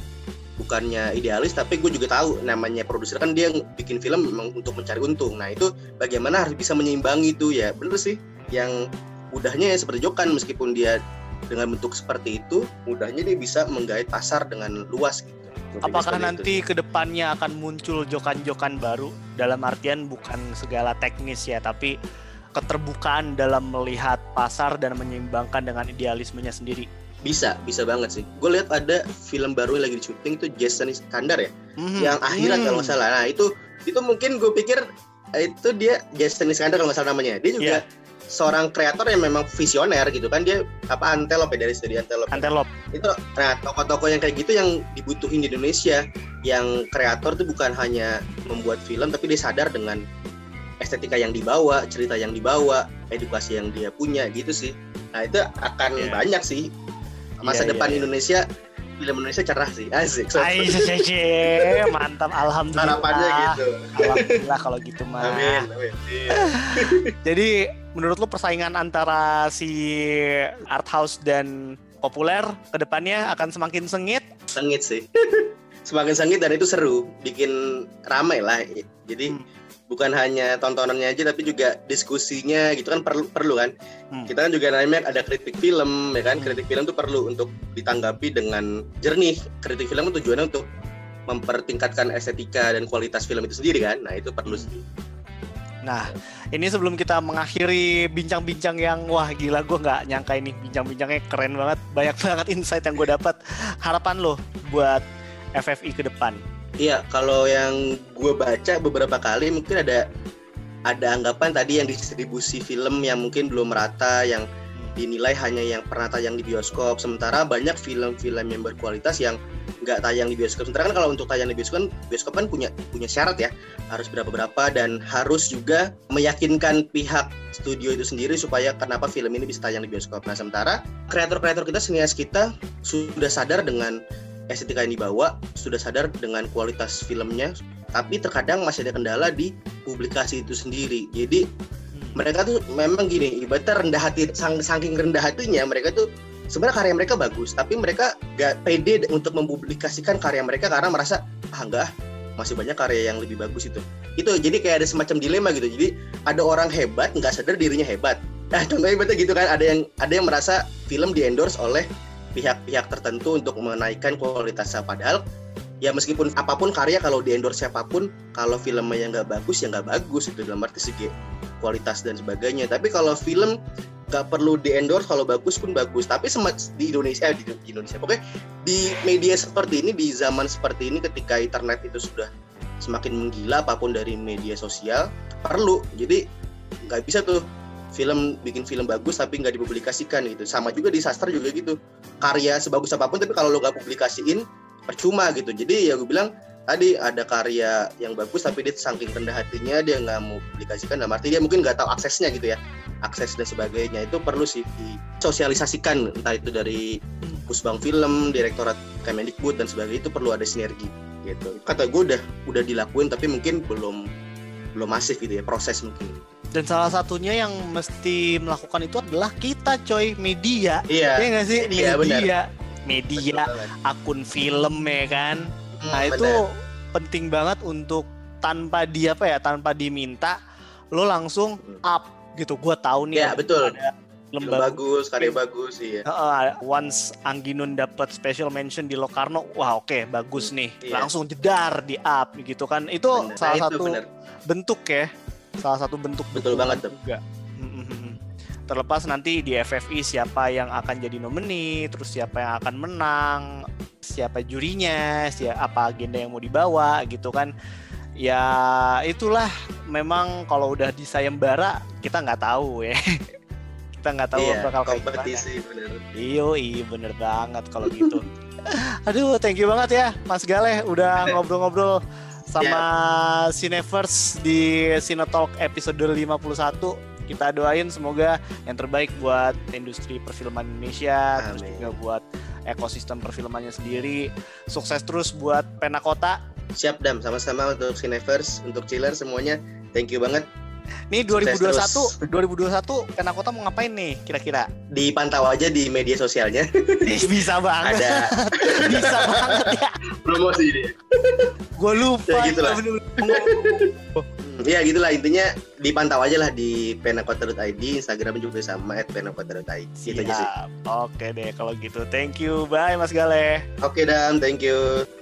bukannya idealis, tapi gue juga tahu namanya produser kan dia bikin film memang untuk mencari untung. Nah, itu bagaimana harus bisa menyeimbangi itu, ya bener sih. yang mudahnya ya seperti Jokan, meskipun dia dengan bentuk seperti itu, mudahnya dia bisa menggait pasar dengan luas gitu. Apakah nanti ke depannya akan muncul Jokan-Jokan baru? Dalam artian bukan segala teknis ya, tapi keterbukaan dalam melihat pasar dan menyeimbangkan dengan idealismenya sendiri. Bisa banget sih. Gue lihat ada film baru yang lagi di syuting tuh Jason Iskandar ya, yang Akhirat kalau nggak salah. Nah itu mungkin gue pikir itu dia Jason Iskandar kalau nggak salah namanya. Dia juga seorang kreator yang memang visioner gitu kan. Dia Antelope ya, dari studi Antelope. Itu nah tokoh-tokoh yang kayak gitu yang dibutuhin di Indonesia, yang kreator tuh bukan hanya membuat film tapi dia sadar dengan estetika yang dibawa, cerita yang dibawa, edukasi yang dia punya gitu sih. Nah itu akan banyak sih masa depan Indonesia. Film Indonesia cerah sih, asik. Mantap, alhamdulillah. Harapannya gitu. Alhamdulillah kalau gitu mah. Amin. Jadi menurut lu persaingan antara si art house dan populer kedepannya akan semakin sengit? Sengit sih. Semakin sengit dan itu seru, bikin ramai lah. Jadi bukan hanya tontonannya aja tapi juga diskusinya gitu kan perlu kan. Kita kan juga namanya ada kritik film ya kan. Kritik film tuh perlu untuk ditanggapi dengan jernih. Kritik film itu tujuannya untuk mempertingkatkan estetika dan kualitas film itu sendiri kan. Nah itu perlu sih. Nah ini sebelum kita mengakhiri bincang-bincang yang wah gila, gue nggak nyangka ini bincang-bincangnya keren banget, banyak banget insight yang gue dapat. Harapan lo buat FFI ke depan? Iya, kalau yang gue baca beberapa kali mungkin ada anggapan tadi yang distribusi film yang mungkin belum merata, yang dinilai hanya yang pernah tayang di bioskop. Sementara banyak film-film yang berkualitas yang nggak tayang di bioskop. Sementara kan kalau untuk tayang di bioskop kan punya syarat ya, harus berapa dan harus juga meyakinkan pihak studio itu sendiri supaya kenapa film ini bisa tayang di bioskop. Nah sementara kreator-kreator kita, sinias kita sudah sadar dengan estetika yang dibawa, sudah sadar dengan kualitas filmnya, tapi terkadang masih ada kendala di publikasi itu sendiri. Jadi mereka tuh memang gini, ibaratnya rendah hati, saking rendah hatinya mereka tuh sebenarnya karya mereka bagus, tapi mereka gak pede untuk mempublikasikan karya mereka karena merasa enggak, masih banyak karya yang lebih bagus itu. Jadi kayak ada semacam dilema gitu. Jadi ada orang hebat nggak sadar dirinya hebat. Nah contohnya ibaratnya gitu kan, ada yang merasa film di endorse oleh pihak-pihak tertentu untuk menaikkan kualitasnya, padahal ya meskipun apapun karya, kalau di endorse siapapun, kalau filmnya nggak bagus ya nggak bagus itu dalam arti segi kualitas dan sebagainya. Tapi kalau film nggak perlu di endorse, kalau bagus pun bagus. Tapi di Indonesia pokoknya di media seperti ini, di zaman seperti ini, ketika internet itu sudah semakin menggila apapun dari media sosial, perlu. Jadi nggak bisa tuh bikin film bagus tapi nggak dipublikasikan gitu. Sama juga di sastra juga gitu, karya sebagus apapun tapi kalau lo nggak publikasiin percuma gitu. Jadi ya gue bilang tadi, ada karya yang bagus tapi dia saking rendah hatinya dia nggak mau publikasikan, dalam arti dia mungkin nggak tahu aksesnya gitu ya, akses dan sebagainya. Itu perlu sih disosialisasikan, entah itu dari Pusbang Film, Direktorat Kemendikbud dan sebagainya. Itu perlu ada sinergi gitu. Kata gue udah dilakuin tapi mungkin belum masif gitu ya, proses mungkin. Dan salah satunya yang mesti melakukan itu adalah kita, coy, media. Iya nggak sih? Media, betul, akun film ya kan. Nah bener. itu penting banget untuk tanpa diminta, lo langsung up gitu. Gua tahu nih. Ya betul. Ada film bagus, karya bagus, iya. Once Angginun dapat special mention di Locarno, wah oke, bagus nih. Iya. Langsung jedar di up gitu kan. Itu salah satu bentuk ya. Salah satu bentuk betul banget juga. Terlepas nanti di FFI siapa yang akan jadi nomini, terus siapa yang akan menang, siapa jurinya, apa agenda yang mau dibawa gitu kan. Ya itulah, memang kalau udah di sayembara kita nggak tahu ya. Kita nggak tahu bakal kompetisi bener. Iya bener banget kalau gitu. Aduh, thank you banget ya Mas Galeh udah ngobrol-ngobrol sama Cineverse di Cinetalk episode 51. Kita doain semoga yang terbaik buat industri perfilman Indonesia, terus juga buat ekosistem perfilmannya sendiri. Sukses terus buat Pena Kota. Siap Dam, sama-sama untuk Cineverse, untuk Chiller semuanya. Thank you banget. Nih 2021 Pena Kota mau ngapain nih kira-kira? Dipantau aja di media sosialnya. Bisa banget. Ada. Bisa banget ya. Promosi dia. Gue lupa. Ya, gitu lah. Ya gitulah intinya, dipantau aja lah di penakota.id, Instagram juga sama @penakota.id. Gitu aja sih. Oke deh kalau gitu. Thank you. Bye Mas Galeh. Oke, Dam, thank you.